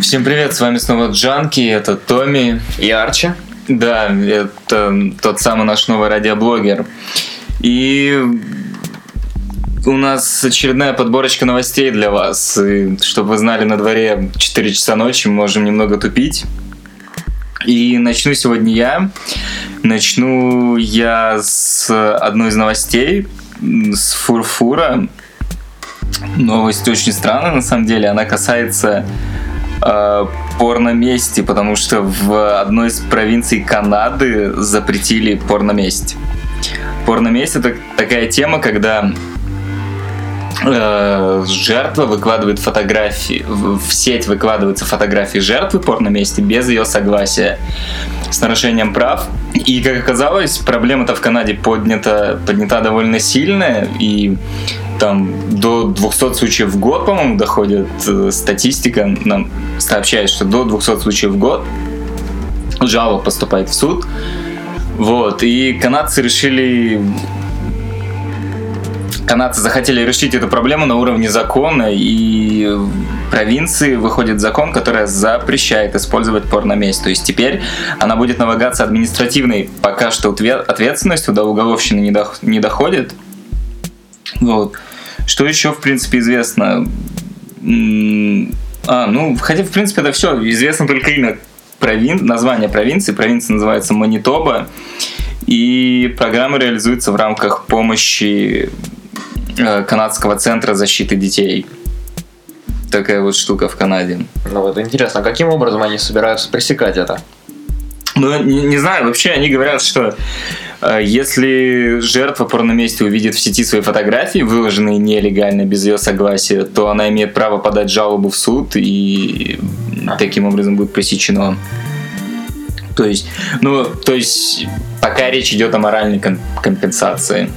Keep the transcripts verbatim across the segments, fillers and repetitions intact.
Всем привет, с вами снова Джанки, это Томми и Арчи. Да, это тот самый наш новый радиоблогер. И у нас очередная подборочка новостей для вас. И, чтобы вы знали, на дворе четыре часа ночи, мы можем немного тупить. И начну сегодня я. Начну я с одной из новостей, с фурфура. Новость очень странная, на самом деле. Она касается э, порномести, потому что в одной из провинций Канады запретили порноместь. Порноместь — это такая тема, когда э, жертва выкладывает фотографии, в сеть выкладываются фотографии жертвы порномести без ее согласия, с нарушением прав. И, как оказалось, проблема-то в Канаде поднята, поднята довольно сильная, и там до двухсот случаев в год, по-моему, доходит статистика, нам сообщает, что до двухсот случаев в год жалоба поступает в суд. Вот, и канадцы решили... Канадцы захотели решить эту проблему на уровне закона, и в провинции выходит закон, который запрещает использовать порноместь. То есть теперь она будет налагаться административной пока что ответственностью, до уголовщины не, до, не доходит. Вот. Что еще, в принципе, известно? А, ну, хотя, в принципе, это все. Известно только имя, провин... название провинции. Провинция называется Манитоба. И программа реализуется в рамках помощи Канадского центра защиты детей. Такая вот штука в Канаде. Ну вот интересно, каким образом они собираются пресекать это? Ну, не, не знаю, вообще они говорят, что э, если жертва порномести увидит в сети свои фотографии, выложенные нелегально, без ее согласия, то она имеет право подать жалобу в суд, и а. таким образом будет пресечено. То есть, ну, то есть, пока речь идет о моральной ком- компенсации.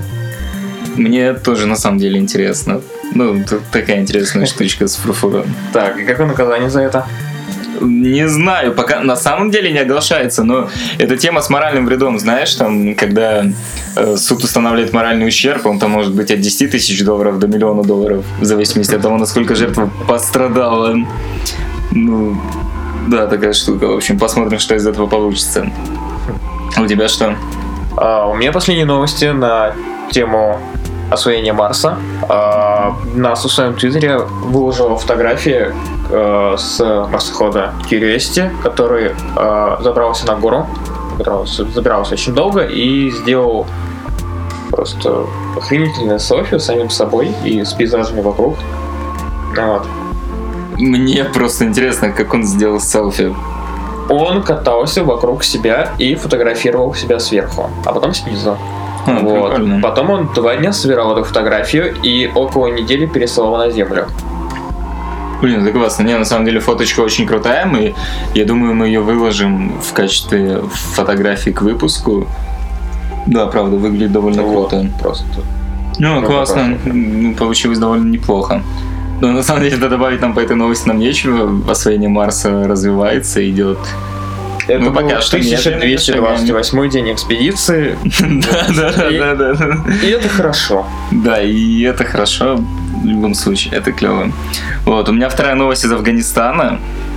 Мне тоже на самом деле интересно. Ну, такая интересная штучка с фурфуром. Так, и какое наказание за это? Не знаю, пока на самом деле не оглашается, но эта тема с моральным вредом, знаешь, там, когда э, суд устанавливает моральный ущерб, он там может быть от десяти тысяч долларов до миллиона долларов, в зависимости от того, насколько жертва пострадала. Ну, да, такая штука. В общем, посмотрим, что из этого получится. У тебя что? А, у меня последние новости на тему освоения Марса. А, нас в своем твиттере выложила фотографии а, с марсохода Curiosity, который а, забрался на гору, который забирался очень долго и сделал просто охренительное селфи с самим собой и с пейзажами вокруг. Вот. Мне просто интересно, как он сделал селфи. Он катался вокруг себя и фотографировал себя сверху, а потом снизу. А, вот. Потом он два дня собирал эту фотографию и около недели переслал на Землю. Блин, это классно. Не, на самом деле фоточка очень крутая. Мы, я думаю, мы ее выложим в качестве фотографии к выпуску. Да, правда, выглядит довольно вот, круто. Просто. Ну, ну классно. Ну, получилось довольно неплохо. Но на самом деле, да, добавить нам по этой новости нам нечего. Освоение Марса развивается, идет. Это ну, был тысяча двести двадцать восьмой день экспедиции. Да, да, да, да, да. И это хорошо. Да, и это хорошо. В любом случае, это клево. Вот, у меня вторая новость из Афганистана,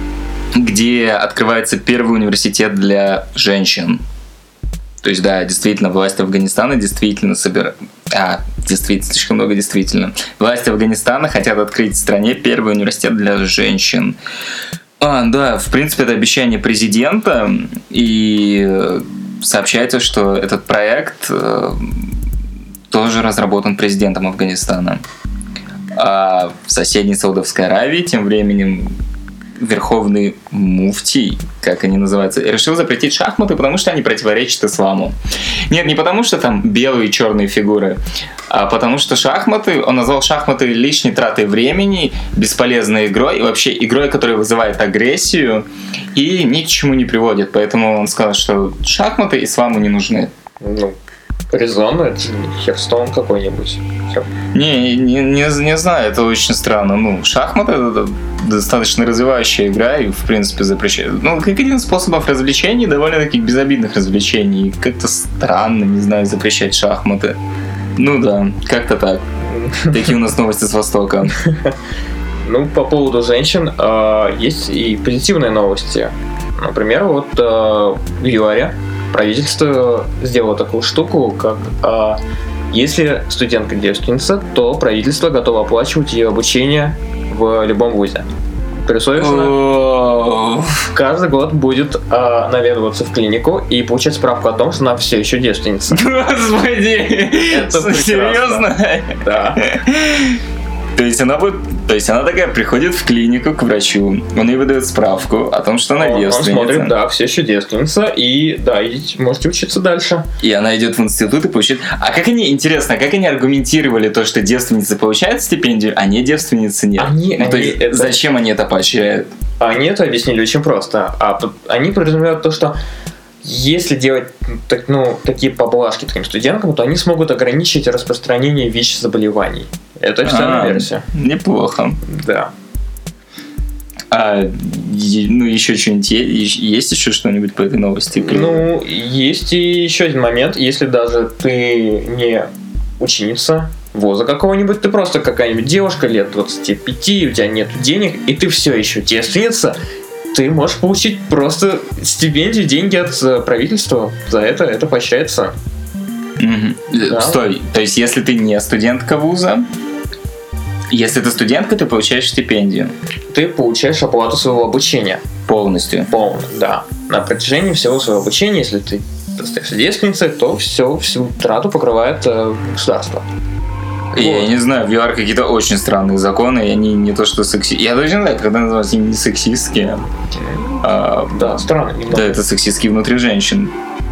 где открывается первый университет для женщин. То есть, да, действительно, власти Афганистана действительно собирают... А, действительно, слишком много действительно. Власти Афганистана хотят открыть в стране первый университет для женщин. А, да, в принципе, это обещание президента, и сообщается, что этот проект э, тоже разработан президентом Афганистана. А в соседней Саудовской Аравии тем временем верховный муфтий, как они называются, решил запретить шахматы, потому что они противоречат исламу. Нет, не потому что там белые и черные фигуры, а потому что шахматы, он назвал шахматы лишней тратой времени, бесполезной игрой, и вообще игрой, которая вызывает агрессию и ни к чему не приводит. Поэтому он сказал, что шахматы исламу не нужны. Ну, резонно, это Херстоун какой-нибудь. Не, не, не, не знаю, это очень странно. Ну, шахматы — это достаточно развивающая игра, и, в принципе, запрещают. Ну, как один из способов развлечений, довольно-таки безобидных развлечений. Как-то странно, не знаю, запрещать шахматы. Ну да, как-то так. Такие у нас новости с Востока. Ну, по поводу женщин э, есть и позитивные новости. Например, вот э, в ЮАРе правительство сделало такую штуку, как э, если студентка девственница, то правительство готово оплачивать ее обучение в любом вузе. При условии, что она каждый год будет э, наведываться в клинику и получать справку о том, что она все еще девственница. Господи! Это серьезно? Да. То есть она будет, то есть она такая приходит в клинику к врачу, он ей выдает справку о том, что она он, девственница. Он смотрит, да, все еще девственница, и да, идите, можете учиться дальше. И она идет в институт и получает. А как они, интересно, как они аргументировали то, что девственница получает стипендию, а не девственницы нет? Они, ну, они, то есть, это... зачем они это поощряют? Они это объяснили очень просто. А они подразумевают то, что если делать так, ну, такие поблажки таким студенткам, то они смогут ограничить распространение ВИЧ-заболеваний. Это официальная А, версия. Неплохо. Да. А, ну, еще что-нибудь есть еще что-нибудь по этой новости? Ну, есть и еще один момент. Если даже ты не ученица вуза какого-нибудь, ты просто какая-нибудь девушка лет двадцати пяти, у тебя нет денег, и ты все еще девственница, ты можешь получить просто стипендию, деньги от правительства. За это это поощряется. Mm-hmm. Да. Стой, то есть если ты не студентка вуза, если ты студентка, ты получаешь стипендию. Ты получаешь оплату своего обучения. Полностью. Полностью, да. На протяжении всего своего обучения, если ты остаешься девственницей, то все, всю трату покрывает э, государство. Вот. Я не знаю, в ЮАР какие-то очень странные законы, и они не то что сексистские. Я даже не знаю, когда называются не сексистские. А, да, странно. Немного. Да, это сексистские внутри женщин.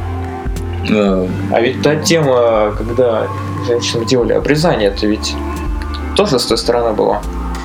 А, а ведь та тема, когда женщинам делали обрезание, это ведь тоже с той стороны было.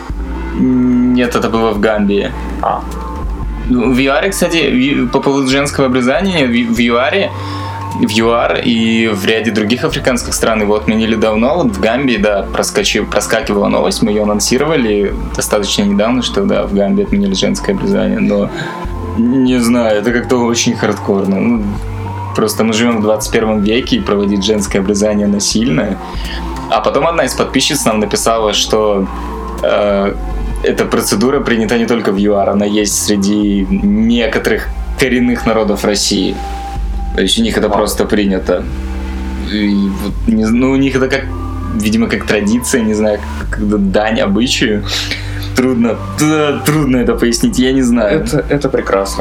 Нет, это было в Гамбии. А. В ЮАРе, кстати, по поводу женского обрезания, в ЮАРе, в ЮАР и в ряде других африканских стран его отменили давно. Вот в Гамбии, да, проскочив, проскакивала новость, мы ее анонсировали достаточно недавно, что да, в Гамбии отменили женское обрезание, но не знаю, это как-то очень хардкорно. Ну, просто мы живем в двадцать первом веке, и проводить женское обрезание насильно. А потом одна из подписчиц нам написала, что э, эта процедура принята не только в ЮАР, она есть среди некоторых коренных народов России. То есть у них это просто принято. И, не, ну, у них это как, видимо, как традиция, не знаю, как дань обычаю. Трудно, трудно это пояснить, я не знаю. Это, это прекрасно.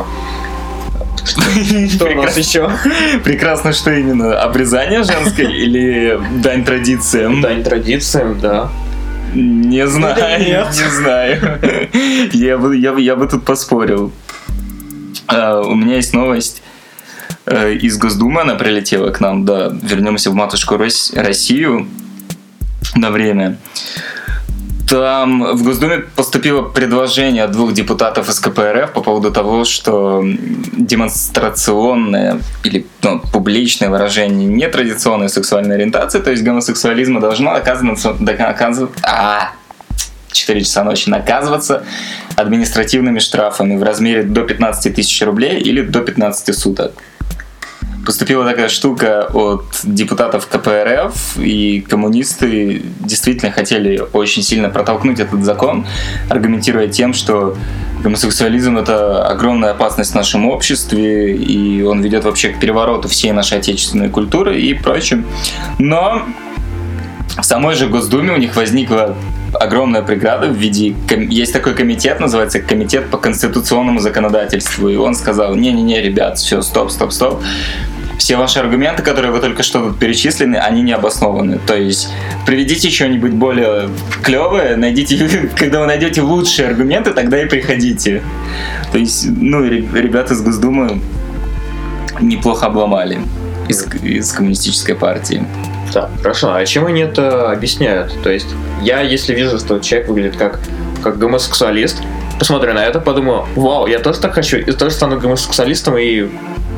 Что у нас еще? Прекрасно, что именно? Обрезание женское или дань традициям? Дань традициям, да. Не знаю, не знаю. Я бы, я, я бы тут поспорил. Uh, у меня есть новость uh, из Госдумы, она прилетела к нам, да, вернемся в матушку Рос- Россию на время. Там в Госдуме поступило предложение от двух депутатов из ка пэ эр эф по поводу того, что демонстрационное или ну, публичное выражение нетрадиционной сексуальной ориентации, то есть гомосексуализма, должно оказываться, доказывать, а, четыре часа ночи наказываться административными штрафами в размере до пятнадцать тысяч рублей или до пятнадцать суток. Поступила такая штука от депутатов ка пэ эр эф, и коммунисты действительно хотели очень сильно протолкнуть этот закон, аргументируя тем, что гомосексуализм — это огромная опасность в нашем обществе, и он ведет вообще к перевороту всей нашей отечественной культуры и прочим. Но в самой же Госдуме у них возникла огромная преграда в виде... Есть такой комитет, называется Комитет по конституционному законодательству, и он сказал: не-не-не, ребят, все, стоп, стоп, стоп. Все ваши аргументы, которые вы только что тут перечислены, они не обоснованы. То есть приведите что-нибудь более клевое, найдите, когда вы найдете лучшие аргументы, тогда и приходите. То есть, ну, ребята из Госдумы неплохо обломали из, из коммунистической партии. Так, хорошо. А чем они это объясняют? То есть я, если вижу, что человек выглядит как, как гомосексуалист, посмотрю на это, подумаю: вау, я тоже так хочу, и тоже стану гомосексуалистом, и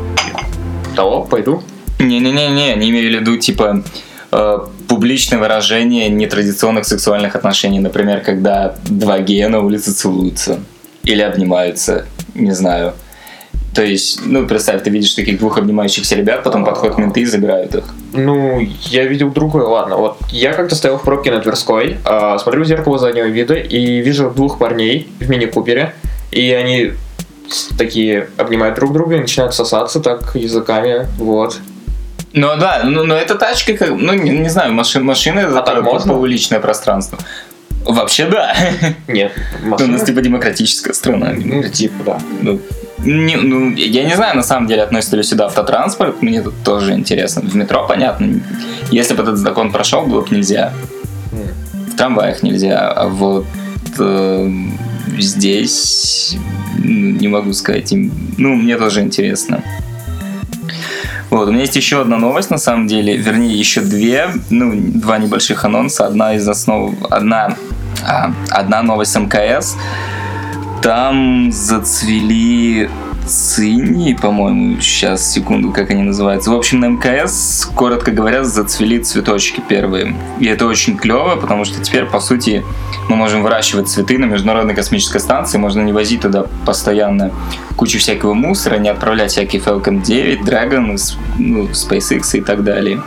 того, пойду. Не-не-не-не, не имею в виду, типа, э, публичное выражение нетрадиционных сексуальных отношений. Например, когда два гея на улице целуются или обнимаются, не знаю. То есть, ну, представь, ты видишь таких двух обнимающихся ребят, потом подходят менты и забирают их. Ну, я видел другое, ладно. Вот я как-то стоял в пробке на Тверской, э, смотрю в зеркало заднего вида и вижу двух парней в мини-купере, и они такие обнимают друг друга и начинают сосаться так языками, вот. Ну да, ну, но это тачка, как, ну не, не знаю, машин, машины а это публичное пространство. Вообще да. Нет, машина... У нас типа демократическая страна. Ну, типа, да. Ну, не, ну, я не знаю, на самом деле, относится ли сюда автотранспорт, мне тут тоже интересно. В метро, понятно, если бы этот закон прошел, было бы нельзя. В трамваях нельзя, а вот э, здесь не могу сказать, ну, мне тоже интересно. Вот, у меня есть еще одна новость, на самом деле, вернее, еще две, ну, два небольших анонса. Одна из основ, одна, а, одна новость эм ка эс. Там зацвели цинии, по-моему, сейчас, секунду, как они называются. В общем, на эм ка эс, коротко говоря, зацвели цветочки первые. И это очень клево, потому что теперь, по сути, мы можем выращивать цветы на Международной космической станции, можно не возить туда постоянно кучу всякого мусора, не отправлять всякие Falcon девять, Dragon, ну, SpaceX и так далее.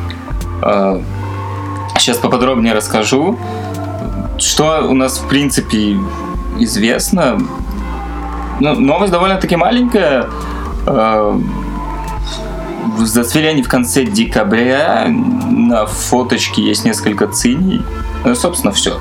Сейчас поподробнее расскажу, что у нас, в принципе, известно. Ну, новость довольно-таки маленькая. Зацвели они в конце декабря. На фоточке есть несколько циней. Ну, собственно, все.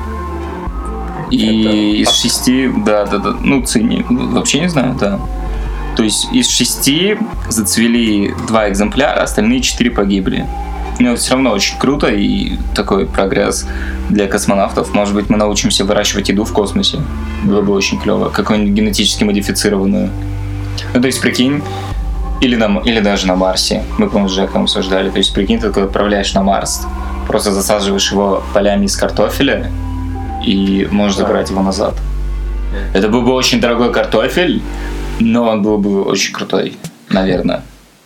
И это... из шести, да, да, да, ну, циней, вообще не знаю, да. То есть из шести зацвели два экземпляра, остальные четыре погибли. Но все равно очень круто и такой прогресс для космонавтов. Может быть, мы научимся выращивать еду в космосе. Было бы очень клево. Какую-нибудь генетически модифицированную. Ну, то есть, прикинь, или, на, или даже на Марсе. Мы, по-моему, с Жеком обсуждали. То есть, прикинь, ты такой отправляешь на Марс, просто засаживаешь его полями из картофеля и можешь забрать его назад. Это был бы очень дорогой картофель, но он был бы очень крутой, наверное.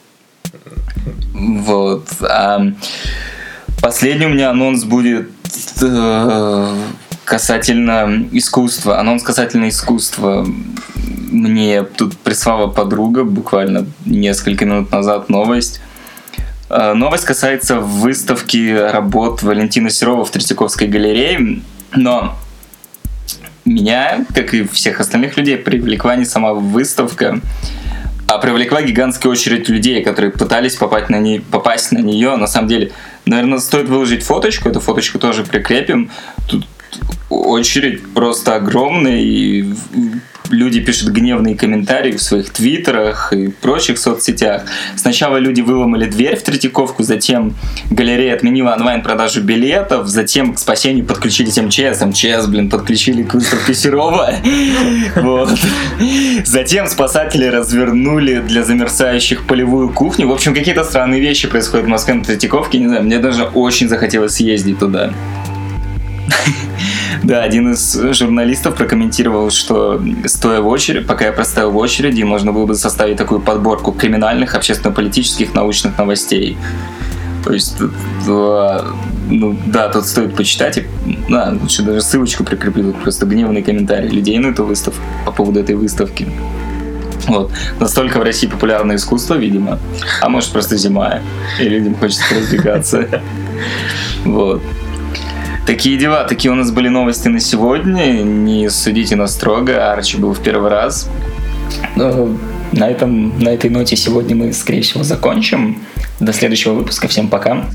Вот. А последний у меня анонс будет э, касательно искусства. Анонс касательно искусства. Мне тут прислала подруга буквально несколько минут назад новость. Э, новость касается выставки работ Валентина Серова в Третьяковской галерее. Но меня, как и всех остальных людей, привлекла не сама выставка, а привлекла гигантская очередь людей, которые пытались попасть на, не... попасть на нее. На самом деле, наверное, стоит выложить фоточку, эту фоточку тоже прикрепим. Тут очередь просто огромная, и люди пишут гневные комментарии в своих твиттерах и прочих соцсетях. Сначала люди выломали дверь в Третьяковку, затем галерея отменила онлайн-продажу билетов, затем к спасению подключились эм че эс. эм че эс, блин, подключили к выставке Серова. Вот. Затем спасатели развернули для замерзающих полевую кухню. В общем, какие-то странные вещи происходят в Москве на Третьяковке. Не знаю, мне даже очень захотелось съездить туда. Да, один из журналистов прокомментировал, что стоя в очереди, пока я простоял в очереди, можно было бы составить такую подборку криминальных, общественно-политических, научных новостей. То есть, да, ну да, тут стоит почитать. И, да, лучше даже ссылочку прикреплю, тут просто гневные комментарии людей на эту выставку, по поводу этой выставки. Вот. Настолько в России популярное искусство, видимо. А может, просто зима, и людям хочется разбегаться. Вот. Такие дела, такие у нас были новости на сегодня. Не судите нас строго, Арчи был в первый раз. Но на, этом, на этой ноте сегодня мы, скорее всего, закончим. До следующего выпуска. Всем пока.